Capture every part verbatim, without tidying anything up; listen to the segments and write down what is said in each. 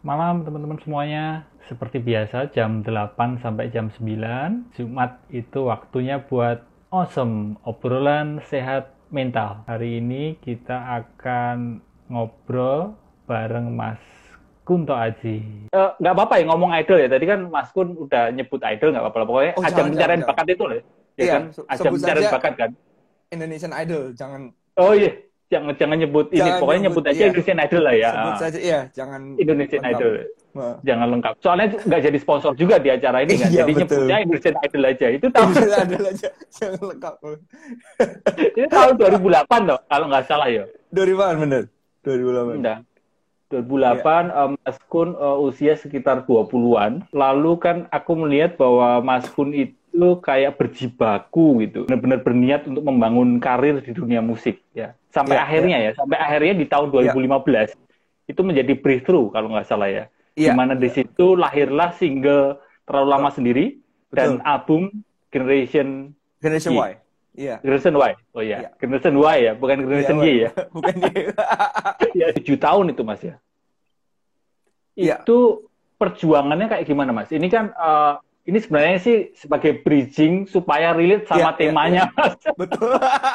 Malam teman-teman semuanya. Seperti biasa jam delapan sampai jam sembilan. Jumat itu waktunya buat awesome obrolan sehat mental. Hari ini kita akan ngobrol bareng Mas Kunto Aji. Eh, nggak apa-apa ya ngomong idol ya. Tadi kan Mas Kun udah nyebut idol, nggak apa-apa. Pokoknya Oh, ajang jangan, jangan, pencarian jangan. bakat itu loh. Ya Iya, kan? se- Ajang sebut pencarian saja bakat kan? Indonesian Idol. Jangan, Oh iya, jangan jangan nyebut ini. jangan Pokoknya nyebut, nyebut aja iya. Indonesian Idol lah ya. Sebut saja, iya. Jangan Indonesian lengkap. Idol. Wah. Jangan lengkap. Soalnya nggak jadi sponsor juga di acara ini kan. Iya, Jadi betul. nyebutnya Indonesian Idol aja. Itu tahun Indonesian Idol aja. Jangan lengkap. itu tahun dua ribu delapan loh, kalau nggak salah ya. dua ribu delapan, bener. dua ribu delapan. Udah. dua ribu delapan Iya. eh, Mas Kun eh, usia sekitar dua puluhan. Lalu kan aku melihat bahwa Mas Kun itu kayak berjibaku gitu. Benar-benar berniat untuk membangun karir di dunia musik ya. Sampai Iya, akhirnya ya, sampai akhirnya di tahun dua ribu Iya. lima belas itu menjadi breakthrough kalau nggak salah ya. Iya. Dimana di situ lahirlah single Terlalu Lama Sendiri dan Betul. album Generation Generation Y. Y. Iya. Generation Y. Oh ya, Iya. Generation Y ya, bukan Generation Iya, Y ya. Bukan dia. Ya, tujuh tahun itu Mas ya. Iya. Itu perjuangannya kayak gimana Mas? Ini kan eh, ini sebenarnya sih sebagai bridging supaya relate sama Iya, iya, temanya Mas. Betul.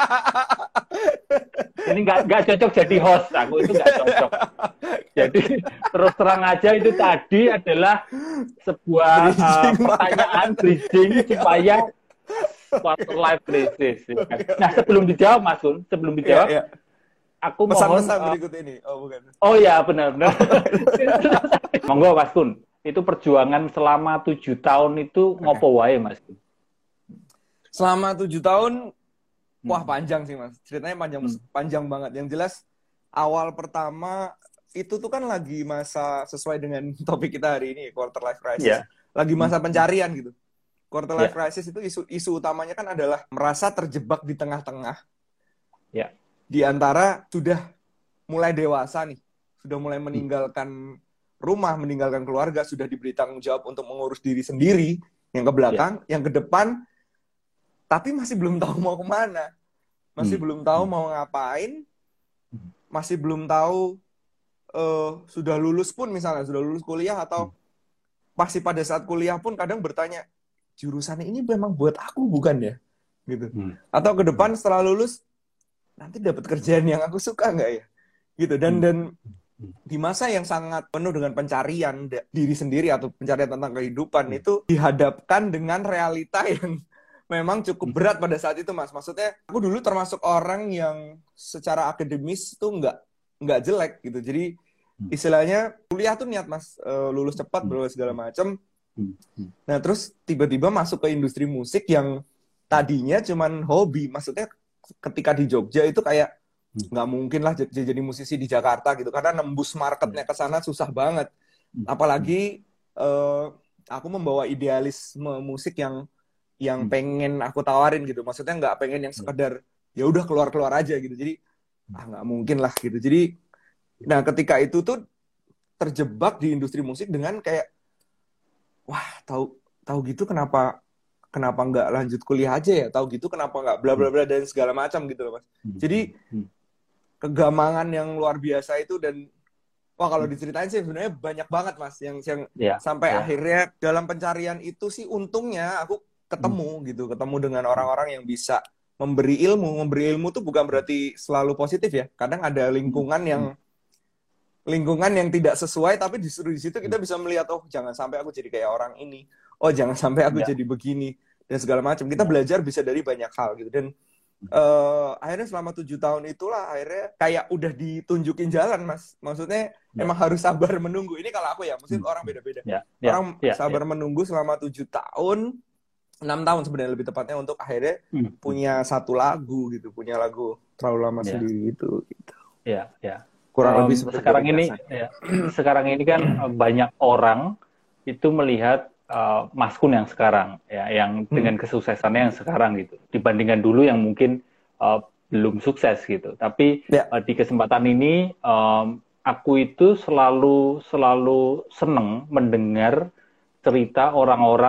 Ini nggak nggak cocok jadi host, aku itu nggak cocok. Jadi terus terang aja itu tadi adalah sebuah eh, Bridging, pertanyaan bridging supaya quarter life crisis. ya kan. Nah sebelum dijawab Mas Kun, sebelum Iya, dijawab, iya. aku mohon. Pesan-pesan eh, berikut ini. Oh, bukan. Oh ya benar-benar. Monggo Mas Kun. Itu perjuangan selama tujuh tahun itu ngopo wae Mas Kun? Selama tujuh tahun, wah Hmm. panjang sih Mas. Ceritanya panjang, Hmm. panjang banget. Yang jelas awal pertama itu tuh kan lagi masa sesuai dengan topik kita hari ini, quarter life crisis. Iya. Lagi masa pencarian gitu. Quarter life Iya. crisis itu isu isu utamanya kan adalah merasa terjebak di tengah-tengah Ya. di antara sudah mulai dewasa nih, sudah mulai meninggalkan rumah, meninggalkan keluarga, sudah diberi tanggung jawab untuk mengurus diri sendiri, yang ke belakang, yang ke depan, tapi masih belum tahu mau kemana, masih Hmm. belum tahu Hmm. mau ngapain, Hmm. masih belum tahu eh, sudah lulus pun misalnya, sudah lulus kuliah atau masih pada saat kuliah pun kadang bertanya, jurusan ini memang buat aku bukan ya? Gitu. Hmm. Atau ke depan setelah lulus, nanti dapat kerjaan yang aku suka nggak ya? Gitu. Dan Hmm. dan di masa yang sangat penuh dengan pencarian da- diri sendiri atau pencarian tentang kehidupan Hmm. itu dihadapkan dengan realita yang memang cukup berat pada saat itu, Mas. Maksudnya, aku dulu termasuk orang yang secara akademis tuh nggak nggak jelek gitu. Jadi istilahnya kuliah tuh niat, Mas, eh, lulus cepat, lulus segala macam. Hmm. Hmm. Nah, terus tiba-tiba masuk ke industri musik yang tadinya cuman hobi. Maksudnya ketika di Jogja itu kayak nggak mungkin lah j- jadi musisi di Jakarta gitu. Karena nembus marketnya ke sana susah banget. Apalagi eh, aku membawa idealisme musik yang yang pengen aku tawarin gitu. Maksudnya nggak pengen yang sekedar ya udah keluar-keluar aja gitu. Jadi ah nggak mungkin lah gitu. Jadi nah ketika itu tuh terjebak di industri musik dengan kayak wah tahu tahu gitu kenapa kenapa nggak lanjut kuliah aja ya, tahu gitu kenapa nggak bla bla bla dan segala macam gitu loh Mas. Jadi Hmm. kegamangan yang luar biasa itu dan wah kalau diceritain sih sebenarnya banyak banget Mas yang yang Ya. sampai Ya. akhirnya dalam pencarian itu sih untungnya aku ketemu gitu, ketemu dengan orang-orang yang bisa memberi ilmu. Memberi ilmu tuh bukan berarti selalu positif ya. Kadang ada lingkungan yang lingkungan yang tidak sesuai, tapi justru di situ kita bisa melihat, oh jangan sampai aku jadi kayak orang ini, oh jangan sampai aku Ya. jadi begini dan segala macam. Kita Ya. belajar bisa dari banyak hal gitu. Dan eh, akhirnya selama tujuh tahun itulah akhirnya kayak udah ditunjukin jalan, Mas. Maksudnya Ya. emang harus sabar menunggu. Ini kalau aku ya, mungkin orang beda-beda. Ya. Ya. Orang Ya. sabar Ya. menunggu selama tujuh tahun, enam tahun sebenarnya lebih tepatnya untuk akhirnya Hmm. punya satu lagu gitu, punya lagu Terlalu Lama Ya. Sendiri itu. Gitu. Ya. Ya. Kurang Um, lebih seperti sekarang itu ini, biasanya. ya, sekarang ini kan eh, banyak orang itu melihat eh, Mas Kun yang sekarang, ya, yang dengan kesuksesannya yang sekarang gitu, dibandingkan dulu yang mungkin eh, belum sukses gitu. Tapi Ya. eh, di kesempatan ini, em, aku itu selalu selalu seneng mendengar cerita orang-orang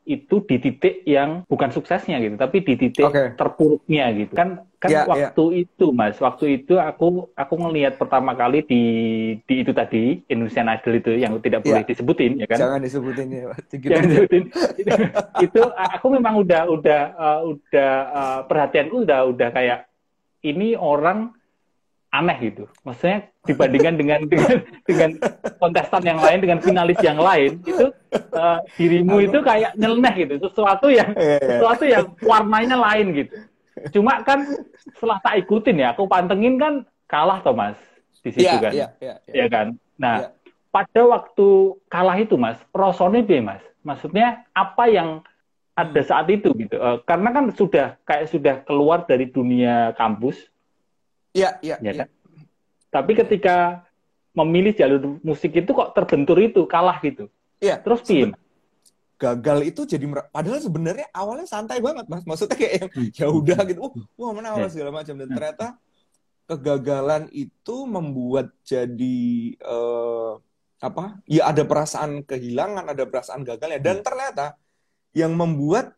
itu di titik yang bukan suksesnya gitu, tapi di titik Oke. terpuruknya gitu. Kan kan Ya, ya. waktu itu Mas, waktu itu aku aku ngelihat pertama kali di di itu tadi Indonesian Idol itu yang tidak boleh Ya. disebutin ya kan. Jangan disebutin ya, Pak. Dikit Jangan aja. disebutin. Itu aku memang udah udah uh, udah uh, perhatianku udah udah kayak ini orang aneh gitu. Maksudnya dibandingkan dengan dengan dengan kontestan yang lain, dengan finalis yang lain, itu uh, dirimu Aku- itu kayak nyeleneh gitu, sesuatu yang Iya, iya. sesuatu yang warnanya lain gitu. Cuma kan setelah tak ikutin ya, aku pantengin kan kalah Thomas di situ Iya, kan, iya, iya, iya. ya kan. Nah, Iya. pada waktu kalah itu Mas, rasanya piye Mas? Maksudnya apa yang ada Hmm. saat itu gitu? Uh, karena kan sudah kayak sudah keluar dari dunia kampus. Iya, iya, Ya iya. kan? Tapi ketika memilih jalur musik itu kok terbentur itu, kalah gitu. Iya. Terus piye? Seben- gagal itu jadi mer- padahal sebenarnya awalnya santai banget, Mas. Maksudnya kayak yang Hmm. ya udah gitu. Oh, wah mana awal Ya. segala macam dan Hmm. ternyata kegagalan itu membuat jadi eh, apa? Ya ada perasaan kehilangan, ada perasaan gagalnya dan ternyata yang membuat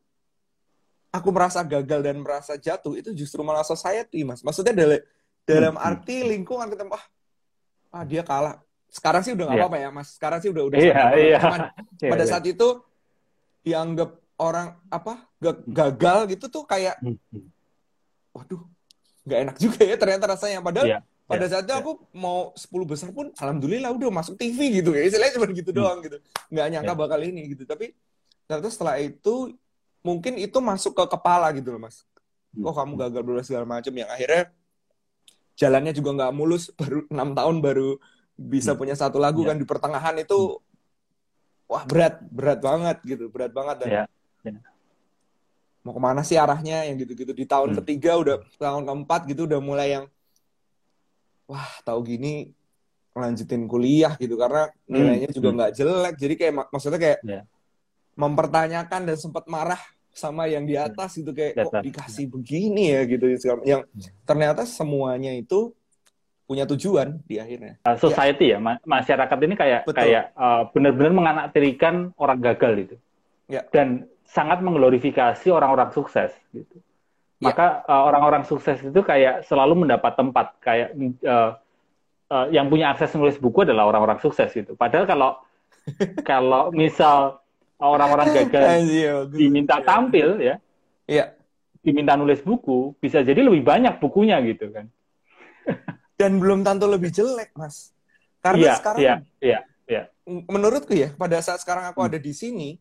aku merasa gagal dan merasa jatuh itu justru malah society, Mas. Maksudnya dalam dalam Hmm. arti lingkungan kita, wah, ah dia kalah. Sekarang sih udah nggak Iya. apa-apa ya, Mas. Sekarang sih udah udah Iya, sadar banget. iya. Cuman Iya, pada iya. saat itu dianggap orang apa ga- gagal gitu tuh kayak, Hmm. Hmm. waduh, nggak enak juga ya ternyata rasanya. Padahal Iya, pada iya, saat itu iya. aku mau sepuluh besar pun, alhamdulillah udah masuk T V gitu ya. Istilahnya cuma gitu Hmm. doang gitu. Nggak nyangka Iya. bakal ini gitu. Tapi ternyata setelah itu mungkin itu masuk ke kepala gitu loh, Mas. Hmm. Oh kamu gagal berbagai segala macam yang akhirnya jalannya juga nggak mulus, baru enam tahun baru bisa Hmm. punya satu lagu Iya. kan di pertengahan itu wah berat berat banget gitu, berat banget dan Iya. Iya. mau kemana sih arahnya yang gitu-gitu. Di tahun Hmm. ketiga udah tahun keempat gitu udah mulai yang wah tahu gini lanjutin kuliah gitu karena nilainya juga Hmm. nggak jelek, jadi kayak mak- maksudnya kayak Iya. mempertanyakan dan sempat marah sama yang di atas gitu kayak Di kok atas. dikasih begini ya gitu yang ternyata semuanya itu punya tujuan di akhirnya. Uh, society ya, ma- masyarakat ini kayak Betul. kayak uh, benar-benar menganaktirikan orang gagal gitu. Ya. Dan sangat mengglorifikasi orang-orang sukses gitu. Ya. Maka uh, orang-orang sukses itu kayak selalu mendapat tempat kayak uh, uh, yang punya akses nulis buku adalah orang-orang sukses gitu. Padahal kalau kalau misal orang-orang gagal Anjir, diminta tampil ya, Iya. diminta nulis buku, bisa jadi lebih banyak bukunya gitu kan. Dan belum tentu lebih jelek, Mas. Karena Iya, sekarang iya, iya, iya. menurutku ya, pada saat sekarang aku Hmm. ada di sini,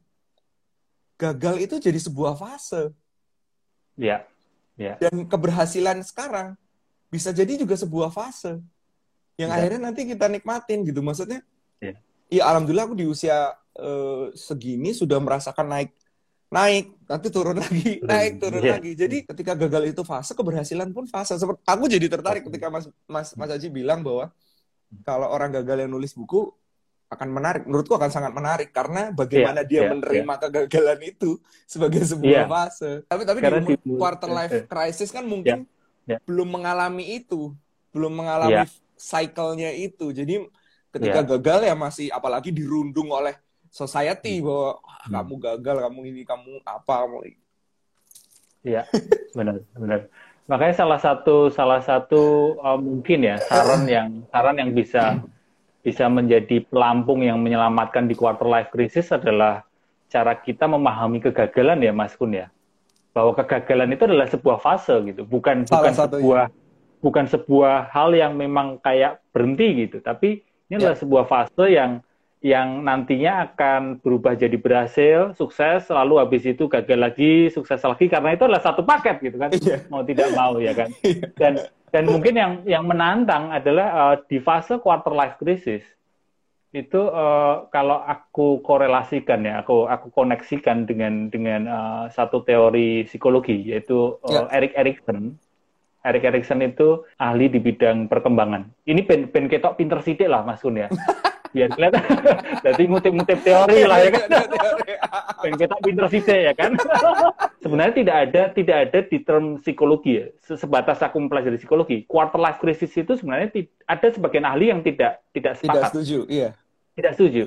gagal itu jadi sebuah fase. Iya, iya. Dan keberhasilan sekarang bisa jadi juga sebuah fase. Yang Iya. akhirnya nanti kita nikmatin gitu. Maksudnya, Iya. ya alhamdulillah aku di usia eh, segini sudah merasakan naik, naik, nanti turun lagi, Turun. naik, turun Iya. lagi. Jadi ketika gagal itu fase, keberhasilan pun fase. Seperti aku jadi tertarik ketika Mas Mas Mas Aji bilang bahwa kalau orang gagal yang nulis buku akan menarik. Menurutku akan sangat menarik karena bagaimana Iya, dia iya, menerima kegagalan itu sebagai sebuah Iya. fase. Tapi tapi Karena di umur di- quarter eh, life eh. crisis kan mungkin Ya, ya. belum mengalami itu, belum mengalami Iya. cycle-nya itu. Jadi ketika Iya. gagal ya masih apalagi dirundung oleh society bahwa "Wah, Hmm. kamu gagal, kamu ini, kamu apa, kamu ini." Iya, benar, benar. Makanya salah satu salah satu uh, mungkin ya saran yang saran yang bisa bisa menjadi pelampung yang menyelamatkan di quarter life crisis adalah cara kita memahami kegagalan ya, Mas Kun ya. Bahwa kegagalan itu adalah sebuah fase gitu, bukan Salah bukan satunya. sebuah bukan sebuah hal yang memang kayak berhenti gitu, tapi ini adalah Ya. sebuah fase yang yang nantinya akan berubah jadi berhasil, sukses, lalu habis itu gagal lagi, sukses lagi, karena itu adalah satu paket gitu kan, Iya. mau tidak mau ya kan. Iya. Dan dan mungkin yang yang menantang adalah uh, di fase quarter life crisis itu uh, kalau aku korelasikan ya, aku aku koneksikan dengan dengan uh, satu teori psikologi yaitu uh, Ya. Erik Erikson. Erik Erikson itu ahli di bidang perkembangan. Ini ben ben ketok pinter sidik lah Mas Kun ya. Biar kelihatan. Berarti ngutip-ngutip teori lah ya kan. Ben ketok pinter sidik ya kan. Sebenarnya tidak ada tidak ada di term psikologi ya. Sebatas aku mempelajari psikologi, quarter life crisis itu sebenarnya ti- ada sebagian ahli yang tidak tidak Tidak sepakat. setuju, iya. Tidak setuju.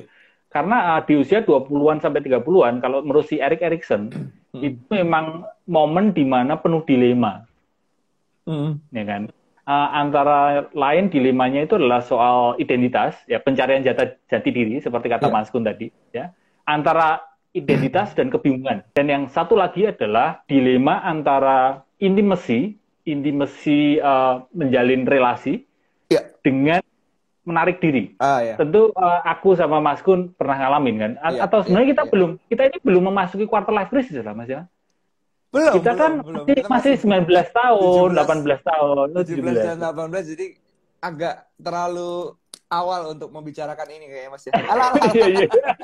Karena uh, di usia dua puluhan sampai tiga puluhan, kalau menurut si Erik Erikson, hmm. itu memang momen di mana penuh dilema. Hmm. Ya kan? Uh, antara lain dilemanya itu adalah soal identitas, ya pencarian jati, jati diri, seperti kata yeah. Mas Kun tadi. Ya. Antara identitas dan kebingungan. Dan yang satu lagi adalah dilema antara intimacy, intimacy uh, menjalin relasi, yeah. dengan menarik diri. Ah, ya. Tentu uh, aku sama Mas Kun pernah ngalamin kan. A ya, atau sebenarnya ya, kita ya. belum, kita ini belum memasuki quarter life crisis lah Mas ya. Belum. Kita belum, kan belum. Masih, kita masih sembilan belas tahun, tujuh belas, delapan belas tahun, tujuh belas dan delapan belas, jadi agak terlalu awal untuk membicarakan ini kayaknya Mas ya. Alah, iya, iya.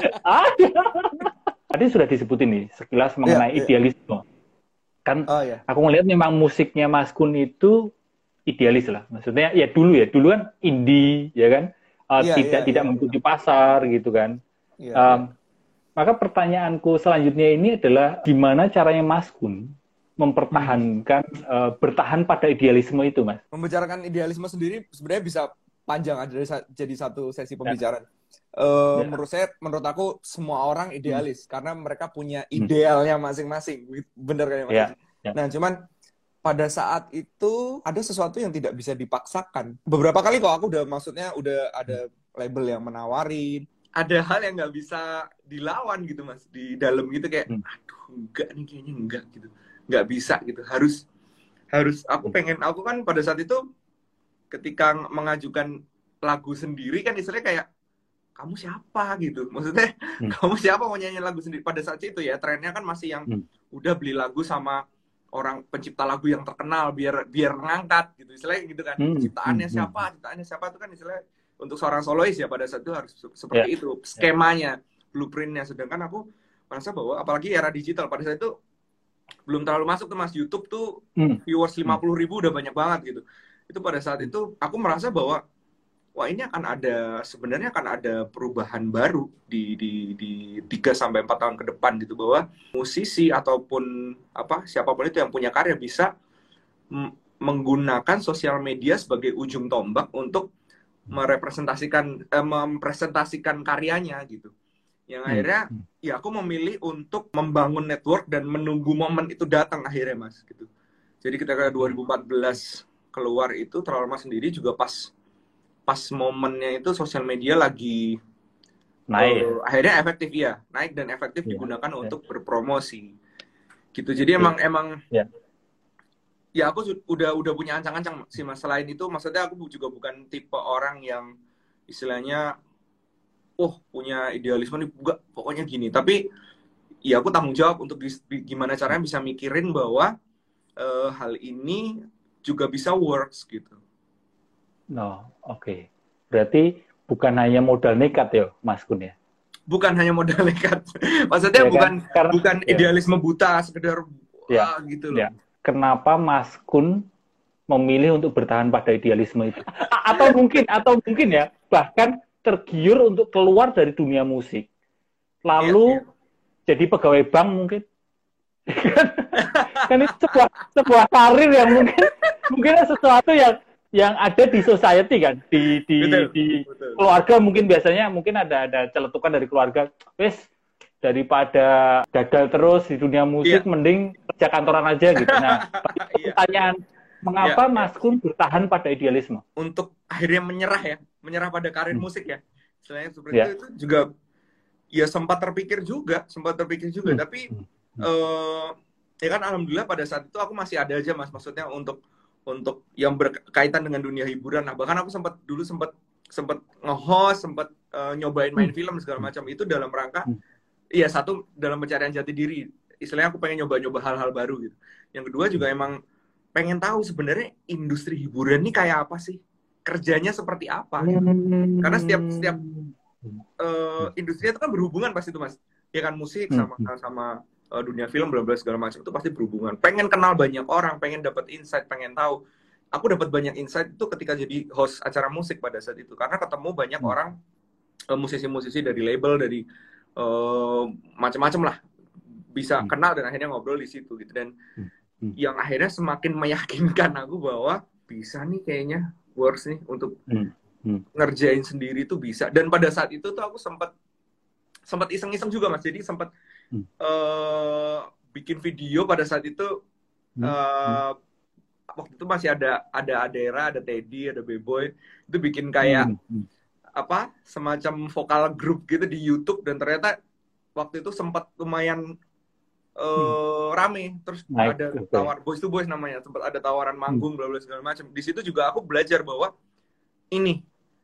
Tadi sudah disebutin nih sekilas mengenai ya, idealisme. Ya. Kan oh, ya. Aku ngelihat memang musiknya Mas Kun itu idealis lah, maksudnya ya dulu ya dulu kan indie ya kan, uh, yeah, tidak yeah, tidak yeah, mengikuti yeah. pasar gitu kan. Yeah, um, yeah. Maka pertanyaanku selanjutnya ini adalah gimana caranya Mas Kun mempertahankan hmm. uh, bertahan pada idealisme itu, Mas? Membicarakan idealisme sendiri sebenarnya bisa panjang, ada jadi satu sesi pembicaraan. Yeah. Uh, yeah. Menurut saya, menurut aku semua orang idealis hmm. karena mereka punya idealnya masing-masing, bener kan ya Mas? Yeah. Yeah. Nah cuman pada saat itu ada sesuatu yang tidak bisa dipaksakan. Beberapa kali kok aku udah maksudnya udah ada label yang menawarin. Ada hal yang nggak bisa dilawan gitu Mas. Di dalam gitu kayak, aduh enggak nih kayaknya enggak gitu. Nggak bisa gitu. Harus, harus aku pengen, aku kan pada saat itu ketika mengajukan lagu sendiri kan istilahnya kayak, kamu siapa gitu. Maksudnya, hmm. kamu siapa mau nyanyi lagu sendiri. Pada saat itu ya, trennya kan masih yang hmm. udah beli lagu sama orang pencipta lagu yang terkenal biar biar ngangkat gitu istilahnya gitu kan. Hmm. Ciptaannya hmm. siapa ciptaannya siapa itu kan istilahnya untuk seorang solois ya pada saat itu harus seperti yeah. itu skemanya, yeah. blueprintnya. Sedangkan aku merasa bahwa apalagi era digital pada saat itu belum terlalu masuk tuh Mas, YouTube tuh hmm. viewers lima puluh ribu udah banyak banget gitu. Itu pada saat itu aku merasa bahwa wah ini akan ada sebenarnya akan ada perubahan baru di di di tiga sampai empat tahun ke depan gitu, bahwa musisi ataupun apa siapapun itu yang punya karya bisa menggunakan sosial media sebagai ujung tombak untuk merepresentasikan eh, mempresentasikan karyanya gitu. Yang akhirnya hmm. ya aku memilih untuk membangun network dan menunggu momen itu datang akhirnya Mas gitu. Jadi ketika dua ribu empat belas keluar itu Terlalu Lama Sendiri juga pas pas momennya itu sosial media lagi naik, uh, akhirnya efektif ya, naik dan efektif yeah, digunakan yeah. untuk berpromosi, gitu. Jadi yeah. emang emang yeah. ya aku udah udah punya ancang-ancang sih Mas. Selain itu, maksudnya aku juga bukan tipe orang yang istilahnya, oh punya idealisme nih, enggak, pokoknya gini. Tapi ya aku tanggung jawab untuk gimana caranya bisa mikirin bahwa uh, hal ini juga bisa works gitu. No, oke. Okay. Berarti bukan hanya modal nekat ya, Mas Kun ya? Bukan hanya modal nekat. Maksudnya ya, bukan kan? Karena, bukan ya. idealisme buta, sekedar ya. wah gitu loh. Ya. Kenapa Mas Kun memilih untuk bertahan pada idealisme itu? Atau mungkin, atau mungkin ya, bahkan tergiur untuk keluar dari dunia musik, lalu ya, ya. jadi pegawai bank mungkin? Kan itu sebuah sebuah karir yang mungkin mungkin sesuatu yang yang ada di society kan, di di, betul, di betul. keluarga mungkin biasanya mungkin ada ada celetukan dari keluarga, wes daripada gagal terus di dunia musik yeah. mending kerja kantoran aja gitu. Nah, yeah. pertanyaan mengapa yeah, Mas Kun yeah. bertahan pada idealisme? Untuk akhirnya menyerah ya, menyerah pada karir hmm. musik ya. Selain seperti yeah. itu, itu juga ya sempat terpikir juga, sempat terpikir juga, hmm. tapi hmm. Uh, ya kan alhamdulillah pada saat itu aku masih ada aja Mas, maksudnya untuk untuk yang berkaitan dengan dunia hiburan. Nah, bahkan aku sempat dulu sempat sempat nge-host, sempat uh, nyobain main hmm. film segala macam itu dalam rangka hmm. iya satu dalam pencarian jati diri. Istilahnya aku pengen nyoba-nyoba hal-hal baru gitu. Yang kedua juga emang pengen tahu sebenarnya industri hiburan ini kayak apa sih? Kerjanya seperti apa gitu. Karena setiap setiap uh, industri itu kan berhubungan pasti itu Mas. Ya kan musik sama sama uh, dunia film bla bla segala macam itu pasti berhubungan. Pengen kenal banyak orang, pengen dapat insight, pengen tahu. Aku dapat banyak insight itu ketika jadi host acara musik pada saat itu, karena ketemu banyak hmm. orang uh, musisi-musisi dari label, dari uh, macam-macam lah, bisa hmm. kenal dan akhirnya ngobrol di situ gitu. Dan hmm. Hmm. yang akhirnya semakin meyakinkan aku bahwa bisa nih kayaknya works nih untuk hmm. Hmm. ngerjain sendiri tuh bisa. Dan pada saat itu tuh aku sempat sempat iseng-iseng juga Mas. Jadi sempat Hmm. uh, bikin video pada saat itu. Hmm. Uh, waktu itu masih ada ada Adera, ada Teddy, ada B-Boy. Itu bikin kayak Hmm. apa? Semacam vokal grup gitu di YouTube, dan ternyata waktu itu sempat lumayan uh, rame. Terus Naik, ada okay. tawar Boys to Boys namanya, sempat ada tawaran manggung bla bla segala macam. Di situ juga aku belajar bahwa ini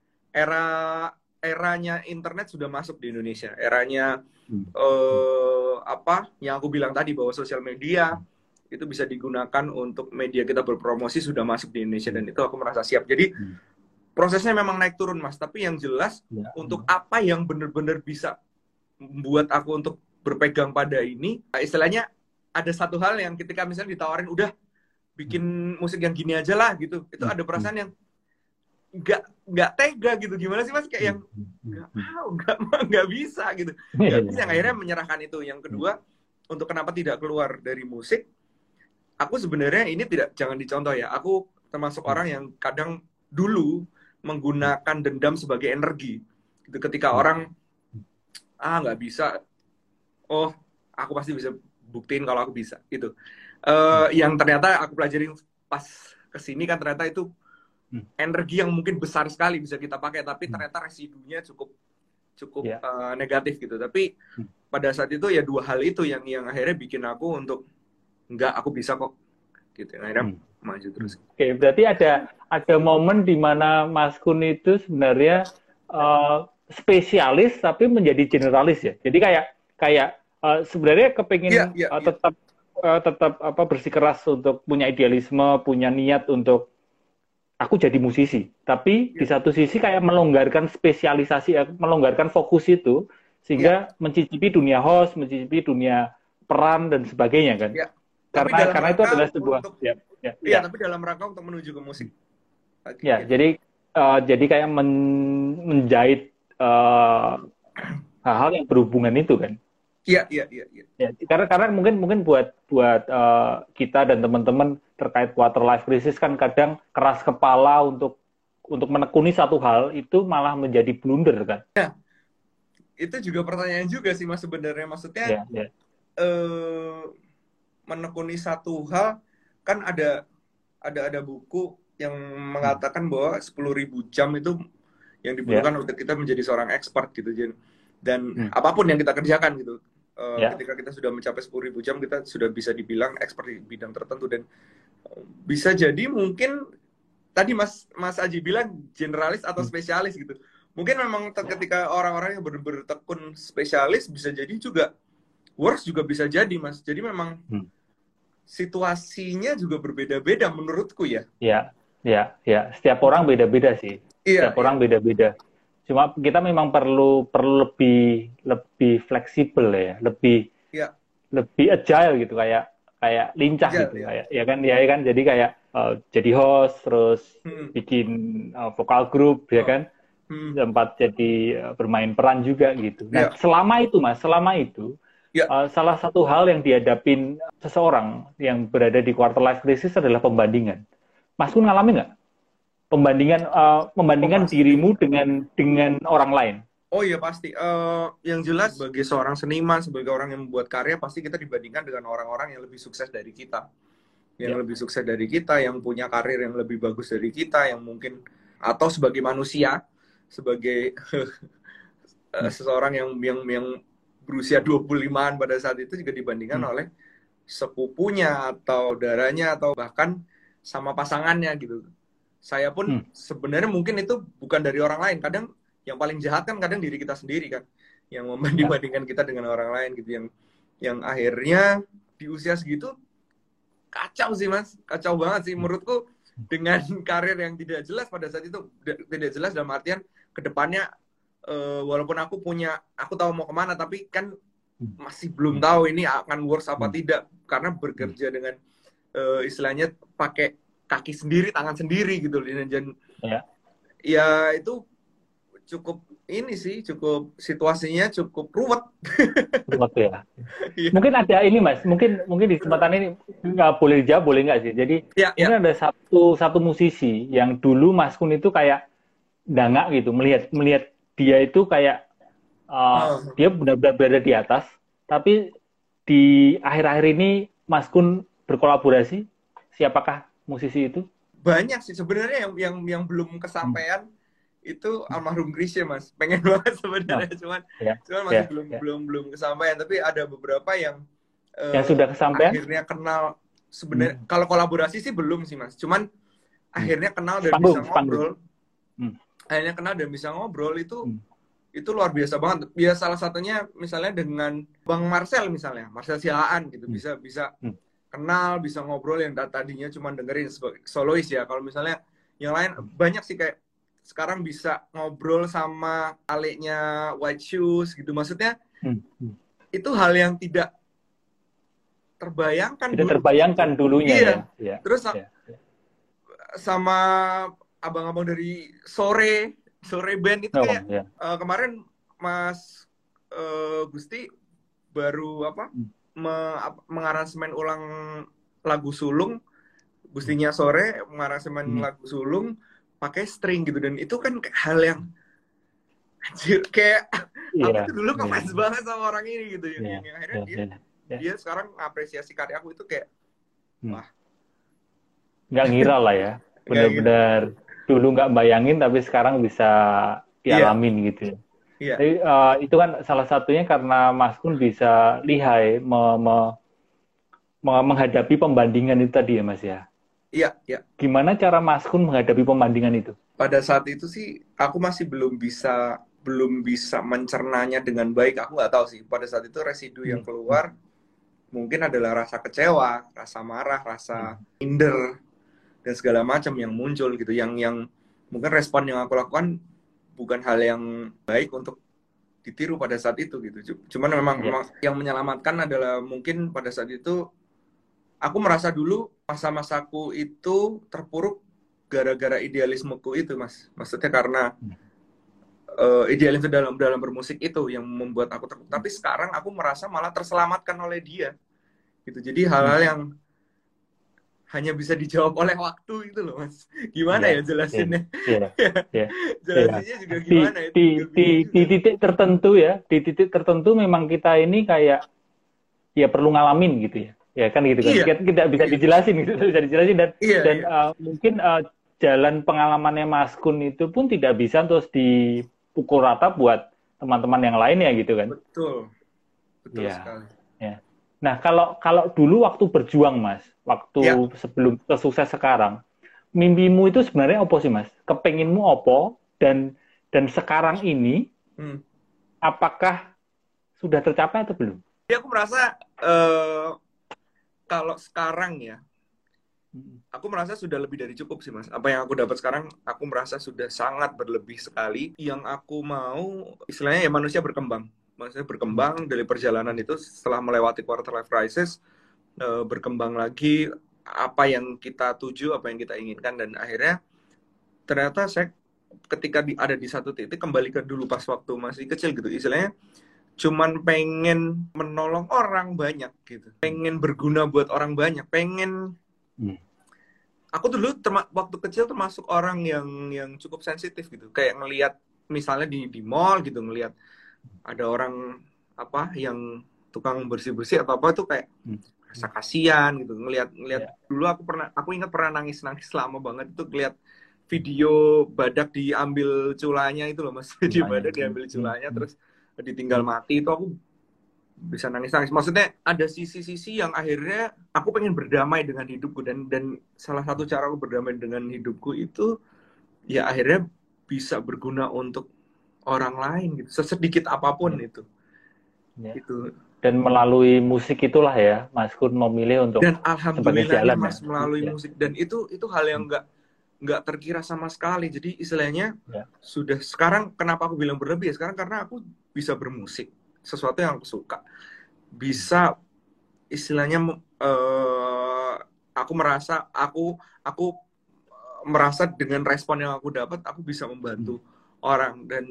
era eranya internet sudah masuk di Indonesia. Eranya Hmm. uh, apa yang aku bilang tadi, bahwa sosial media itu bisa digunakan untuk media kita berpromosi sudah masuk di Indonesia, dan itu aku merasa siap. Jadi Hmm. prosesnya memang naik turun Mas, tapi yang jelas Ya. untuk apa yang benar-benar bisa membuat aku untuk berpegang pada ini, istilahnya ada satu hal yang ketika misalnya ditawarin udah bikin musik yang gini aja lah gitu, itu ada perasaan yang nggak nggak tega gitu. Gimana sih Mas, kayak yang nggak mau, nggak nggak bisa gitu, nggak bisa. Akhirnya menyerahkan itu. Yang kedua, untuk kenapa tidak keluar dari musik, aku sebenarnya ini tidak, jangan dicontoh ya, aku termasuk orang yang kadang dulu menggunakan dendam sebagai energi gitu. Ketika orang ah nggak bisa, oh aku pasti bisa buktiin kalau aku bisa gitu. Uh, yang ternyata aku pelajarin pas kesini kan, ternyata itu energi yang mungkin besar sekali bisa kita pakai, tapi ternyata residunya cukup cukup yeah. uh, negatif gitu. Tapi pada saat itu ya dua hal itu yang yang akhirnya bikin aku untuk enggak, aku bisa kok gitu. Akhirnya hmm. maju terus. Oke, okay, berarti ada ada momen di mana Mas Kun itu sebenarnya uh, spesialis tapi menjadi generalis ya. Jadi kayak kayak uh, sebenarnya kepingin yeah, yeah, uh, tetap yeah. uh, tetap apa bersikeras untuk punya idealisme, punya niat untuk aku jadi musisi, tapi yeah. di satu sisi kayak melonggarkan spesialisasi, melonggarkan fokus itu, sehingga yeah. mencicipi dunia host, mencicipi dunia peran dan sebagainya kan? Yeah. Karena karena itu adalah sebuah, untuk, ya, ya, ya, ya. Tapi dalam rangka untuk menuju ke musik. Okay, ya, gitu. jadi uh, jadi kayak men, menjahit uh, hal-hal yang berhubungan itu kan? Iya, iya, iya. Ya, karena karena mungkin mungkin buat buat uh, kita dan teman-teman terkait quarter life crisis kan kadang keras kepala untuk untuk menekuni satu hal itu malah menjadi blunder kan? Ya, itu juga pertanyaan juga sih Mas sebenarnya, maksudnya ya, ya. Uh, menekuni satu hal kan ada ada ada buku yang mengatakan bahwa sepuluh ribu jam itu yang dibutuhkan ya. Untuk kita menjadi seorang expert gitu, Jen. Dan hmm. apapun yang kita kerjakan gitu. Uh, ya. Ketika kita sudah mencapai sepuluh ribu jam, kita sudah bisa dibilang expert di bidang tertentu. Dan uh, bisa jadi mungkin tadi Mas Mas Aji bilang generalis atau spesialis gitu. Mungkin memang ketika orang-orang yang benar-benar tekun spesialis, bisa jadi juga works juga bisa jadi Mas. Jadi memang hmm. situasinya juga berbeda-beda menurutku ya. Iya, iya, iya. Setiap orang beda-beda sih. Iya, Setiap iya. orang beda-beda. Cuma kita memang perlu perlu lebih lebih fleksibel ya, lebih ya. lebih agile gitu, kayak kayak lincah agile, gitu ya. kayak ya kan ya kan jadi kayak uh, jadi host terus hmm. bikin uh, vokal grup ya kan, hmm. sempat jadi uh, bermain peran juga gitu. Nah, ya. selama itu Mas, selama itu ya. uh, salah satu hal yang dihadapin seseorang yang berada di quarter life crisis adalah pembandingan. Mas Kun ngalamin nggak? Pembandingan uh, membandingkan oh, dirimu dengan dengan orang lain. Oh iya pasti. Uh, yang jelas sebagai seorang seniman, sebagai orang yang membuat karya, pasti kita dibandingkan dengan orang-orang yang lebih sukses dari kita, yang yeah. lebih sukses dari kita, yang punya karir yang lebih bagus dari kita, yang mungkin atau sebagai manusia, sebagai uh, seseorang yang yang yang berusia dua puluh limaan pada saat itu juga dibandingkan hmm. oleh sepupunya atau saudaranya atau bahkan sama pasangannya gitu. Saya pun hmm. sebenarnya mungkin itu bukan dari orang lain. Kadang yang paling jahat kan kadang diri kita sendiri kan, yang membanding-bandingkan kita dengan orang lain gitu, yang yang akhirnya di usia segitu kacau sih Mas, kacau banget sih menurutku, dengan karir yang tidak jelas pada saat itu. Tidak jelas dalam artian kedepannya, uh, walaupun aku punya, aku tahu mau kemana, tapi kan masih belum tahu ini akan works apa tidak, karena bekerja dengan uh, istilahnya pakai kaki sendiri, tangan sendiri gitu. Dan ya. ya itu cukup ini sih, cukup situasinya cukup ruwet. Ruwet ya. ya. Mungkin ada ini Mas, mungkin mungkin di kesempatan ini nggak boleh dijawab, boleh nggak sih? Jadi ya, mungkin ya. ada satu satu musisi yang dulu Mas Kun itu kayak dangak gitu, melihat melihat dia itu kayak Uh, Oh. dia benar-benar berada di atas, tapi di akhir-akhir ini Mas Kun berkolaborasi. Siapakah musisi itu? Banyak sih sebenarnya yang yang yang belum Hmm. kesampaian itu almarhum Chrisye Mas. Pengen banget Oh, sebenarnya cuman ya, cuman masih ya, belum ya. belum belum kesampaian, tapi ada beberapa yang Yang eh, sudah kesampaian? akhirnya kenal sebenarnya. Hmm. Kalau kolaborasi sih belum sih Mas. Cuman Hmm. akhirnya kenal dan bisa Sepanggung, sepanggung. ngobrol. Hmm. Akhirnya kenal dan bisa ngobrol itu Hmm. itu luar biasa banget. Ya salah satunya misalnya dengan Bang Marcel misalnya, Marcel Siahaan gitu, Hmm. bisa bisa Hmm. kenal, bisa ngobrol yang tadinya cuma dengerin sebagai solois ya. Kalau misalnya yang lain Hmm. banyak sih, kayak sekarang bisa ngobrol sama aleknya White Shoes gitu. Maksudnya Hmm. Hmm. itu hal yang tidak terbayangkan Tidak dulu gitu. terbayangkan dulunya ya. Iya. Ya, Terus ya. sama abang-abang dari sore sore band itu Oh, kayak ya. uh, kemarin Mas uh, Gusti baru apa Hmm. me, apa, mengaransemen ulang lagu sulung. Gustinya sore mengaransemen Hmm. lagu sulung pakai string gitu, dan itu kan kayak hal yang anjir, kayak aku Iya, tuh dulu iya, ngefans banget sama orang ini gitu, yang, iya, yang, yang akhirnya iya, dia iya, iya. dia sekarang apresiasi karya aku itu kayak Hmm. wah, Nggak ngira lah ya, nggak gitu. benar-benar dulu nggak bayangin tapi sekarang bisa Iya, dialamin gitu ya. iya, Jadi eh, itu kan salah satunya karena Mas Kun bisa lihai me- me- me- menghadapi pembandingan itu tadi ya Mas ya. iya, iya. Gimana cara Mas Kun menghadapi pembandingan itu? Pada saat itu sih aku masih belum bisa belum bisa mencernanya dengan baik. Aku nggak tahu sih. Pada saat itu residu yang Hmm. Hmm. keluar mungkin adalah rasa kecewa, rasa marah, rasa Hmm. minder dan segala macam yang muncul gitu. Yang yang mungkin respon yang aku lakukan bukan hal yang baik untuk ditiru pada saat itu gitu. Cuman memang, Ya. memang yang menyelamatkan adalah mungkin pada saat itu aku merasa dulu masa-masaku itu terpuruk gara-gara idealismeku itu, Mas. Maksudnya karena Hmm. uh, idealisme dalam dalam bermusik itu yang membuat aku terpuruk. Tapi sekarang aku merasa malah terselamatkan oleh dia. Gitu. Jadi hal-hal Hmm. yang hanya bisa dijawab oleh waktu itu loh, Mas. Gimana Ya, ya ya, jelasinnya? ya, ya, ya. Jelasinnya juga Di, gimana? Itu di, juga di, bingung di juga. titik tertentu ya, di titik tertentu memang kita ini kayak ya perlu ngalamin gitu ya, ya kan gitu kan. Iya, Kita tidak bisa iya, dijelasin gitu, tidak bisa dijelasin dan iya, dan iya. uh, mungkin uh, jalan pengalamannya Mas Kun itu pun tidak bisa terus dipukul rata buat teman-teman yang lain ya gitu kan. Betul, betul Ya, sekali. ya. Nah kalau kalau dulu waktu berjuang Mas, Ya, waktu sebelum sesukses sekarang, mimpimu itu sebenarnya apa sih Mas? Kepenginmu apa? Dan dan sekarang ini hmm. apakah sudah tercapai atau belum? Jadi aku merasa uh, kalau sekarang ya, aku merasa sudah lebih dari cukup sih, Mas. Apa yang aku dapat sekarang, aku merasa sudah sangat berlebih sekali. Yang aku mau, istilahnya ya manusia berkembang. Maksudnya berkembang dari perjalanan itu setelah melewati quarter life crisis, uh, berkembang lagi apa yang kita tuju, apa yang kita inginkan, dan akhirnya ternyata saya ketika di, ada di satu titik kembali ke dulu pas waktu masih kecil gitu, istilahnya cuman pengen menolong orang banyak gitu, pengen berguna buat orang banyak, pengen Hmm. aku dulu terma- waktu kecil termasuk orang yang yang cukup sensitif gitu, kayak ngelihat misalnya di di mall gitu, ngelihat ada orang apa yang tukang bersih bersih atau apa tuh kayak Hmm. rasa kasihan gitu, ngelihat ngelihat Ya. dulu aku pernah aku ingat pernah nangis nangis lama banget itu ngelihat video badak diambil culanya itu loh, Mas. Video Gimana? badak diambil Hmm. culanya Hmm. terus ditinggal mati, itu aku bisa nangis-nangis. Maksudnya ada sisi-sisi yang akhirnya aku pengen berdamai dengan hidupku, dan dan salah satu cara aku berdamai dengan hidupku itu ya akhirnya bisa berguna untuk orang lain gitu, sesedikit apapun Ya. itu. Ya. Itu. Dan melalui musik itulah ya, Mas Kun memilih untuk Dan sebagai alhamdulillahnya jalan ya. Mas melalui Ya. musik, dan itu itu hal yang Hmm. nggak nggak terkira sama sekali. Jadi istilahnya Ya. sudah sekarang kenapa aku bilang berlebih ya sekarang, karena aku bisa bermusik sesuatu yang aku suka, bisa istilahnya uh, aku merasa aku aku merasa dengan respon yang aku dapat aku bisa membantu Hmm. orang, dan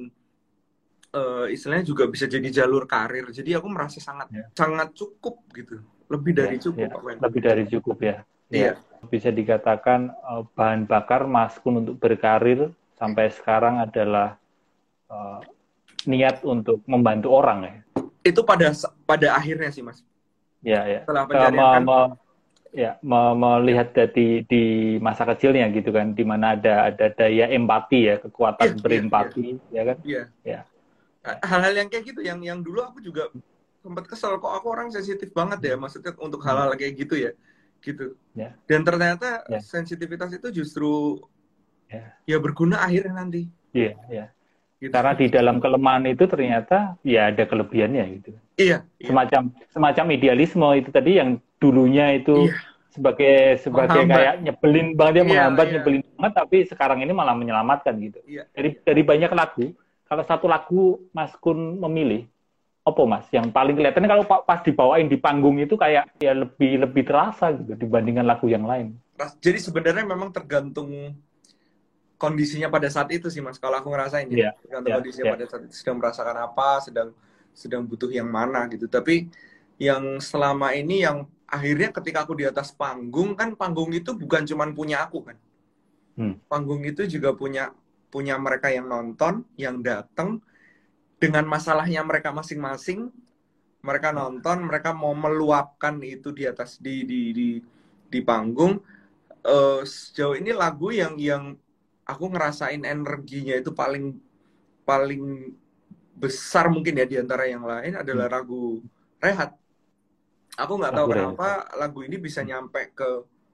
uh, istilahnya juga bisa jadi jalur karir. Jadi aku merasa sangat Ya. sangat cukup gitu, lebih Ya. dari cukup Ya. apa yang Lebih dari cukup ya. iya. Ya. Bisa dikatakan uh, bahan bakar Mas Kun untuk berkarir sampai sekarang adalah uh, niat untuk membantu orang ya. Itu pada pada akhirnya sih Mas. Ya, ya. Setelah Uh, pencarian me- kan, me- ya, me- ya, melihat dari di masa kecilnya gitu kan, di mana ada ada daya empati ya, iya, kekuatan iya, iya, berempati, ya kan? iya. Ya, ya, Hal-hal yang kayak gitu, yang yang dulu aku juga sempat kesel, kok aku orang sensitif banget ya, maksudnya untuk hmm, hal-hal kayak gitu ya, gitu. ya, Dan ternyata ya, sensitivitas itu justru ya, ya berguna akhirnya nanti, iya, ya. gitu. Karena di dalam kelemahan itu ternyata ya ada kelebihannya gitu. Iya, iya, Semacam semacam idealisme itu tadi yang dulunya itu iya, sebagai sebagai menghambat. kayak nyebelin banget ya, Iya, menghambat iya, nyebelin banget, tapi sekarang ini malah menyelamatkan gitu. iya, Dari iya. dari banyak lagu, kalau satu lagu Mas Kun memilih, apa Mas yang paling kelihatan kalau pa- pas dibawain di panggung itu kayak ya lebih lebih terasa gitu dibandingkan lagu yang lain. Ras- Jadi sebenarnya memang tergantung kondisinya pada saat itu sih Mas, kalau aku ngerasain ya. Iya, Tergantung iya, kondisinya iya. pada saat itu, sedang merasakan apa, sedang sedang butuh yang mana gitu. Tapi yang selama ini yang akhirnya ketika aku di atas panggung, kan panggung itu bukan cuman punya aku kan. Hmm. Panggung itu juga punya punya mereka yang nonton, yang datang dengan masalahnya mereka masing-masing. Mereka nonton, mereka mau meluapkan itu di atas di di di di panggung. Eh, sejauh ini lagu yang yang aku ngerasain energinya itu paling paling besar mungkin ya di antara yang lain adalah Hmm. lagu Rehat. Aku nggak tahu Lagu Rehat. kenapa lagu ini bisa nyampe ke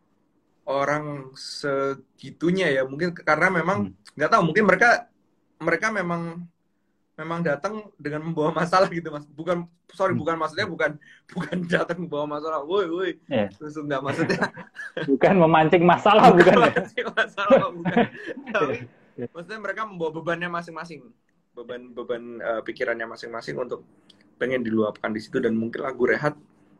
orang segitunya ya. Mungkin karena memang Hmm. nggak tahu, mungkin mereka mereka memang memang datang dengan membawa masalah gitu Mas. Bukan, sorry, Hmm. bukan maksudnya bukan bukan datang membawa masalah. Woi, woi. Yeah. Terus nggak maksudnya Bukan memancing masalah, bukan, bukan ya? memancing masalah, bukan. Tapi maksudnya mereka membawa bebannya masing-masing. Beban-beban uh, pikirannya masing-masing untuk pengen diluapkan di situ. Dan mungkin lagu Rehat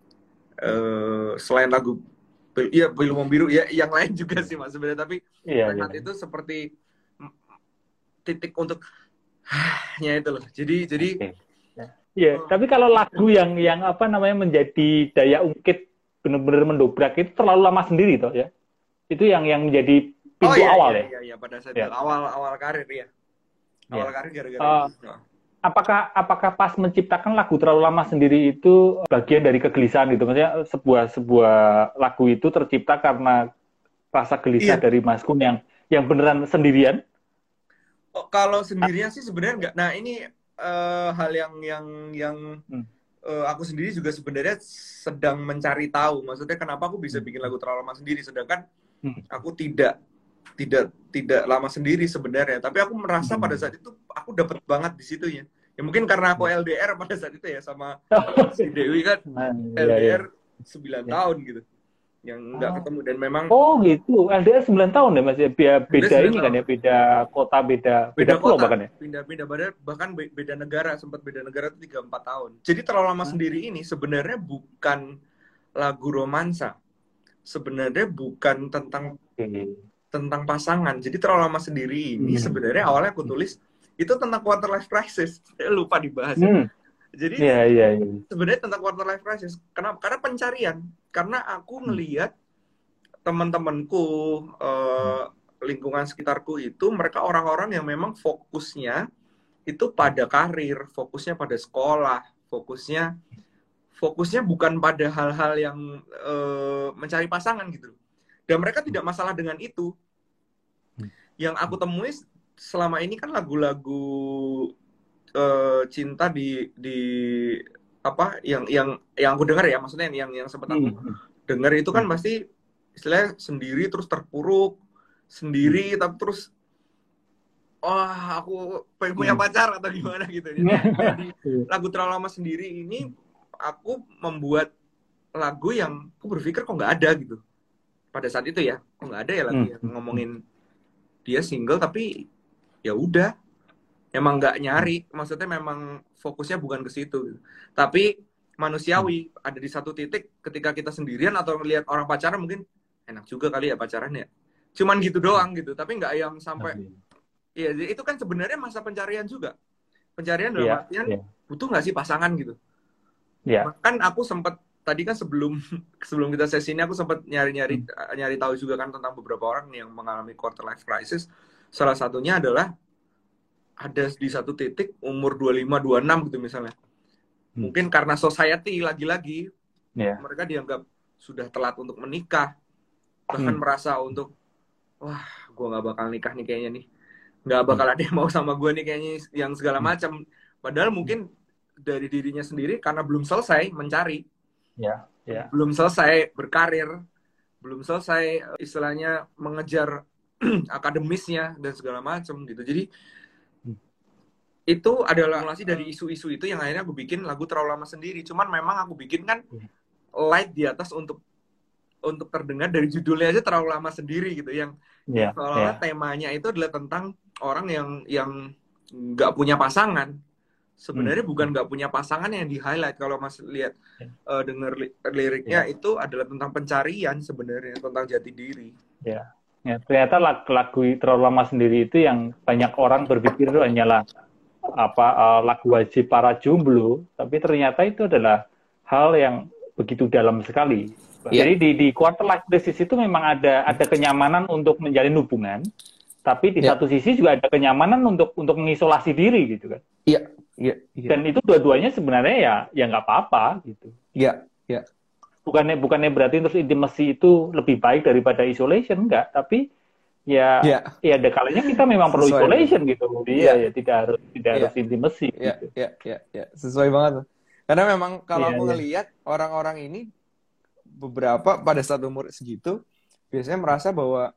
uh, selain lagu iya Pilu Membiru ya, yang lain juga sih Mas sebenarnya, tapi Iya, Rehat iya. itu seperti titik untuk nya itu loh. Jadi jadi Oke. Iya, oh, tapi kalau lagu yang yang apa namanya menjadi daya ungkit benar-benar mendobrak itu terlalu lama sendiri toh ya. Itu yang yang menjadi oh pintu iya awal iya ya. iya iya pada saat Ya, itu awal awal karir ya. Awal ya. karir gara-gara Uh, itu. Oh. apakah apakah pas menciptakan lagu terlalu lama sendiri itu bagian dari kegelisahan gitu? Maksudnya sebuah sebuah lagu itu tercipta karena rasa gelisah Iya. dari Mas Kun yang yang beneran sendirian? Oh, kalau sendirian sih sebenarnya enggak. Nah, ini uh, hal yang yang yang Hmm. uh, aku sendiri juga sebenarnya sedang mencari tahu. Maksudnya kenapa aku bisa bikin lagu terlalu lama sendiri, sedangkan Hmm. aku tidak tidak tidak lama sendiri sebenarnya. Tapi aku merasa pada saat itu aku dapat banget di situnya. Ya mungkin karena aku L D R pada saat itu ya sama si Dewi kan. Nah, iya, iya. L D R sembilan Ya. tahun gitu. Yang nggak Oh. ketemu dan memang Oh gitu, L D R sembilan tahun ya Mas ya, Be- L D R beda sembilan ini kan tahun. ya, beda kota, beda beda Beda pulau kota, bahkan ya. pindah-pindah badan, bahkan be- beda negara, sempat beda negara itu tiga empat tahun. Jadi terlalu lama sendiri ini sebenarnya bukan lagu romansa. Sebenarnya bukan tentang Oke. tentang pasangan. Jadi terlalu lama sendiri ini Hmm. sebenarnya awalnya aku tulis itu tentang quarter life crisis. Saya lupa dibahas ya. Hmm. Jadi Iya, iya, iya. sebenarnya tentang quarter life crisis. Kenapa? Karena pencarian. Karena aku ngelihat teman-temanku, eh, lingkungan sekitarku itu mereka orang-orang yang memang fokusnya itu pada karir, fokusnya pada sekolah, fokusnya fokusnya bukan pada hal-hal yang eh, mencari pasangan gitu. Dan mereka tidak masalah dengan itu. Yang aku temui selama ini kan lagu-lagu uh, cinta di di apa yang yang yang aku dengar ya, maksudnya yang yang sempat aku Hmm. dengar itu kan pasti istilahnya sendiri terus terpuruk sendiri, Hmm. tapi terus wah aku pengen punya Hmm. pacar atau gimana gitu ya. Nah, di lagu Terlalu Lama Sendiri ini aku membuat lagu yang aku berpikir kok nggak ada gitu pada saat itu ya, kok nggak ada ya lagu Hmm. yang ngomongin dia single tapi ya udah emang nggak nyari, maksudnya memang fokusnya bukan ke situ gitu. Tapi manusiawi ada di satu titik ketika kita sendirian atau melihat orang pacaran mungkin enak juga kali ya pacaran ya, cuman gitu doang gitu, tapi nggak yang sampai ya itu kan sebenarnya masa pencarian juga, pencarian dalam Iya, artian iya. butuh nggak sih pasangan gitu. Iya. Bahkan aku sempat tadi kan sebelum sebelum kita sesi ini aku sempat nyari-nyari Hmm. nyari tahu juga kan tentang beberapa orang yang mengalami quarter life crisis. Salah satunya adalah ada di satu titik umur dua puluh lima, dua puluh enam gitu misalnya. Hmm. Mungkin karena society lagi-lagi, Yeah. mereka dianggap sudah telat untuk menikah. Bahkan Hmm. merasa untuk, wah, gue gak bakal nikah nih kayaknya nih. Gak bakal ada yang mau sama gue nih kayaknya, yang segala macam. Padahal mungkin dari dirinya sendiri karena belum selesai mencari. Yeah. Yeah. Belum selesai berkarir. Belum selesai istilahnya mengejar akademisnya dan segala macam gitu. Jadi Hmm. itu adalah akumulasi dari isu-isu itu yang akhirnya aku bikin lagu Terlalu Lama Sendiri. Cuman memang aku bikin kan light di atas untuk untuk terdengar dari judulnya aja Terlalu Lama Sendiri gitu, yang Yeah. yang seolah-olah Yeah. temanya itu adalah tentang orang yang yang nggak punya pasangan. Sebenarnya Hmm. bukan nggak punya pasangan yang di highlight. Kalau Mas lihat uh, dengar li liriknya Yeah. itu adalah tentang pencarian sebenarnya, tentang jati diri. Ya. Ya, ternyata lagu Terlalu Lama Sendiri itu yang banyak orang berpikir itu hanyalah apa uh, lagu wajib para jomblo, tapi ternyata itu adalah hal yang begitu dalam sekali. Yeah. Jadi di di quarter life crisis itu memang ada ada kenyamanan untuk menjalin hubungan, tapi di yeah. satu sisi juga ada kenyamanan untuk untuk mengisolasi diri gitu kan. Iya. Yeah. Yeah. Yeah. Dan itu dua-duanya sebenarnya ya ya nggak apa-apa gitu. Iya. Yeah. Iya. Yeah. Bukannya bukannya berarti terus intimacy itu lebih baik daripada isolation, enggak, tapi ya yeah. ya ada kalanya kita memang perlu sesuai isolation dengan. Gitu. Iya yeah. ya tidak harus tidak yeah. harus intimacy yeah. gitu. Iya, iya, iya, sesuai banget. Karena memang kalau yeah, aku ngelihat yeah. orang-orang ini beberapa pada saat umur segitu biasanya merasa bahwa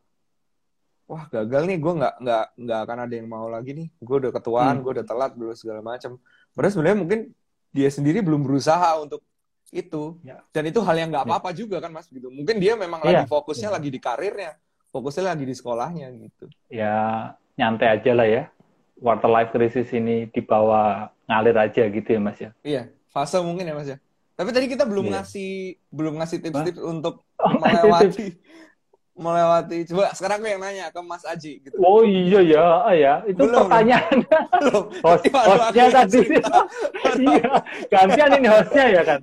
wah gagal nih, gue nggak nggak nggak akan ada yang mau lagi nih, gue udah ketuaan, hmm. gue udah telat, belum segala macam. Padahal sebenarnya mungkin dia sendiri belum berusaha untuk itu ya. Dan itu hal yang nggak apa-apa ya. Juga kan Mas gitu. Mungkin dia memang ya. lagi fokusnya ya. lagi di karirnya, fokusnya lagi di sekolahnya gitu. Ya nyantai aja lah ya. Quarter life crisis ini dibawa ngalir aja gitu ya Mas ya. Iya, fase mungkin ya Mas ya. Tapi tadi kita belum ya. ngasih belum ngasih tips-tips untuk oh, melewati melewati. Coba sekarang aku yang nanya ke Mas Aji gitu. Oh iya ya, ya. Itu belum, pertanyaan. Belum. Host, hostnya tadi. Iya, gantian ini hostnya ya kan.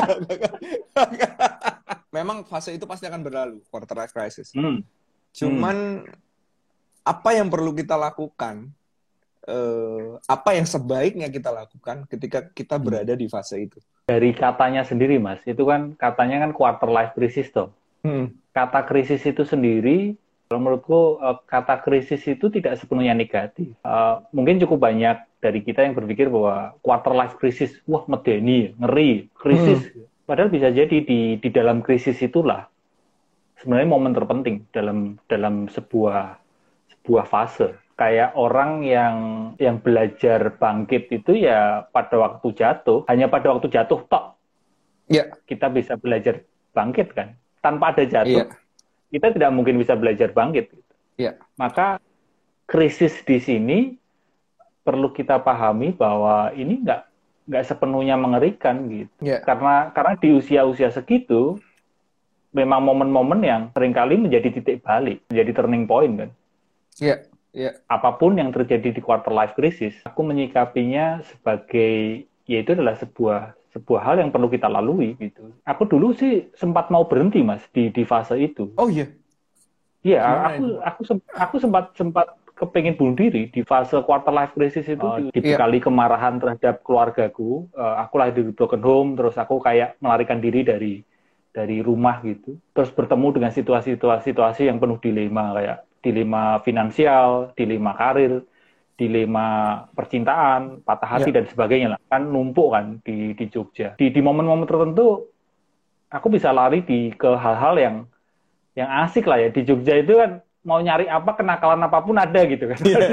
Memang fase itu pasti akan berlalu, quarter life crisis. Hmm. Cuman hmm. apa yang perlu kita lakukan? Uh, apa yang sebaiknya kita lakukan ketika kita berada di fase itu? Dari katanya sendiri, Mas, itu kan katanya kan quarter life crisis toh. Hmm. Kata krisis itu sendiri, kalau menurutku kata krisis itu tidak sepenuhnya negatif. Uh, mungkin cukup banyak dari kita yang berpikir bahwa quarter life crisis, wah medeni, ngeri, krisis. Hmm. Padahal bisa jadi di di dalam krisis itulah sebenarnya momen terpenting dalam dalam sebuah sebuah fase. Kayak orang yang yang belajar bangkit itu ya pada waktu jatuh, hanya pada waktu jatuh tok. Yeah. Kita bisa belajar bangkit kan. Tanpa ada jatuh, yeah. kita tidak mungkin bisa belajar bangkit. Yeah. Maka krisis di sini perlu kita pahami bahwa ini nggak nggak sepenuhnya mengerikan gitu. Yeah. Karena karena di usia-usia segitu memang momen-momen yang seringkali menjadi titik balik, menjadi turning point kan. Yeah. Yeah. Apapun yang terjadi di quarter life crisis, aku menyikapinya sebagai yaitu adalah sebuah sebuah hal yang perlu kita lalui gitu. Aku dulu sih sempat mau berhenti Mas di di fase itu. Oh iya. Iya, aku aku aku sempat sempat kepengin bunuh diri di fase quarter life crisis itu. Oh, dibekali iya. Kemarahan terhadap keluargaku. Uh, aku lahir di broken home, terus aku kayak melarikan diri dari dari rumah gitu. Terus bertemu dengan situasi-situasi yang penuh dilema kayak dilema finansial, dilema karir, dilema percintaan, patah hati ya. Dan sebagainya lah. Kan numpuk kan di di Jogja. Di di momen-momen tertentu aku bisa lari di ke hal-hal yang yang asik lah ya. Di Jogja itu kan mau nyari apa, kenakalan apapun ada gitu kan. Ya.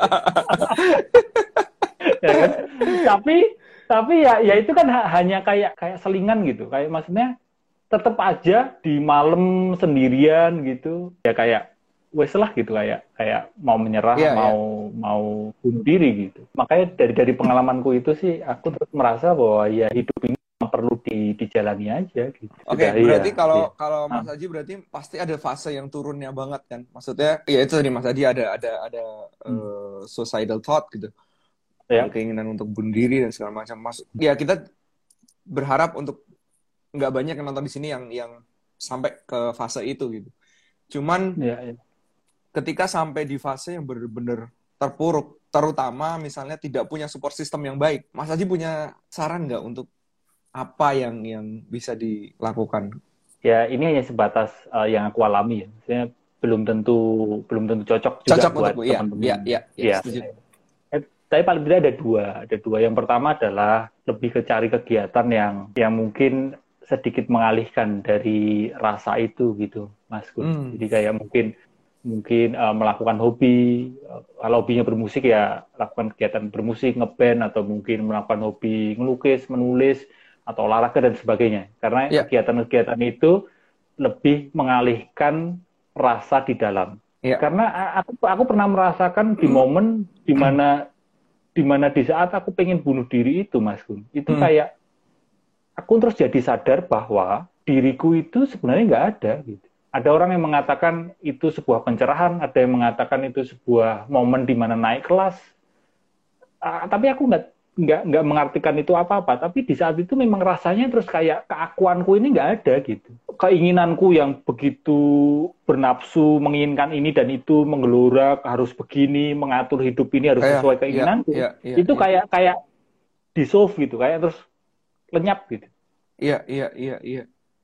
Ya kan? Tapi tapi ya ya itu kan hanya kayak kayak selingan gitu. Kayak maksudnya tetap aja di malam sendirian gitu. Ya kayak wes lah gitu kayak kayak mau menyerah, yeah, mau yeah. mau bunuh diri gitu. Makanya dari dari pengalamanku itu sih aku terus merasa bahwa ya hidup ini perlu di, dijalani aja gitu. Oke, okay, berarti ya, kalau ya. kalau Mas Aji berarti pasti ada fase yang turunnya banget kan. Maksudnya ya itu tadi Mas Aji ada ada ada hmm. uh, suicidal thought gitu. Ya. Keinginan untuk bunuh diri dan segala macam. Mas ya kita berharap untuk nggak banyak yang nonton di sini yang yang sampai ke fase itu gitu. Cuman ya, ya. ketika sampai di fase yang benar-benar terpuruk, terutama misalnya tidak punya support system yang baik. Mas Aji punya saran nggak untuk apa yang yang bisa dilakukan? Ya, ini hanya sebatas uh, yang aku alami ya. Maksudnya belum tentu belum tentu cocok juga Cocok buat untukku, ya, teman-teman. ya, ya, ya, Ya. setuju. Eh, tapi paling tidak ada dua, ada dua. Yang pertama adalah lebih ke cari kegiatan yang yang mungkin sedikit mengalihkan dari rasa itu gitu, Mas Gun. Hmm. Jadi kayak mungkin mungkin uh, melakukan hobi, uh, kalau hobinya bermusik ya lakukan kegiatan bermusik, ngeband, atau mungkin melakukan hobi ngelukis, menulis, atau olahraga dan sebagainya. Karena Ya. kegiatan-kegiatan itu lebih mengalihkan rasa di dalam. Ya. Karena aku aku pernah merasakan di momen di mana di mana di saat aku pengen bunuh diri itu, Mas Gun, itu Hmm. kayak aku terus jadi sadar bahwa diriku itu sebenarnya nggak ada gitu. Ada orang yang mengatakan itu sebuah pencerahan, ada yang mengatakan itu sebuah momen di mana naik kelas. Uh, tapi aku nggak nggak nggak mengartikan itu apa-apa. Tapi di saat itu memang rasanya terus kayak keakuanku ini nggak ada gitu. Keinginanku yang begitu bernafsu, menginginkan ini dan itu, menggelora, harus begini, mengatur hidup ini harus sesuai keinginanku. Ya, ya, ya, itu ya. kayak kayak dissolve gitu, kayak terus lenyap gitu. Iya, iya, iya, iya.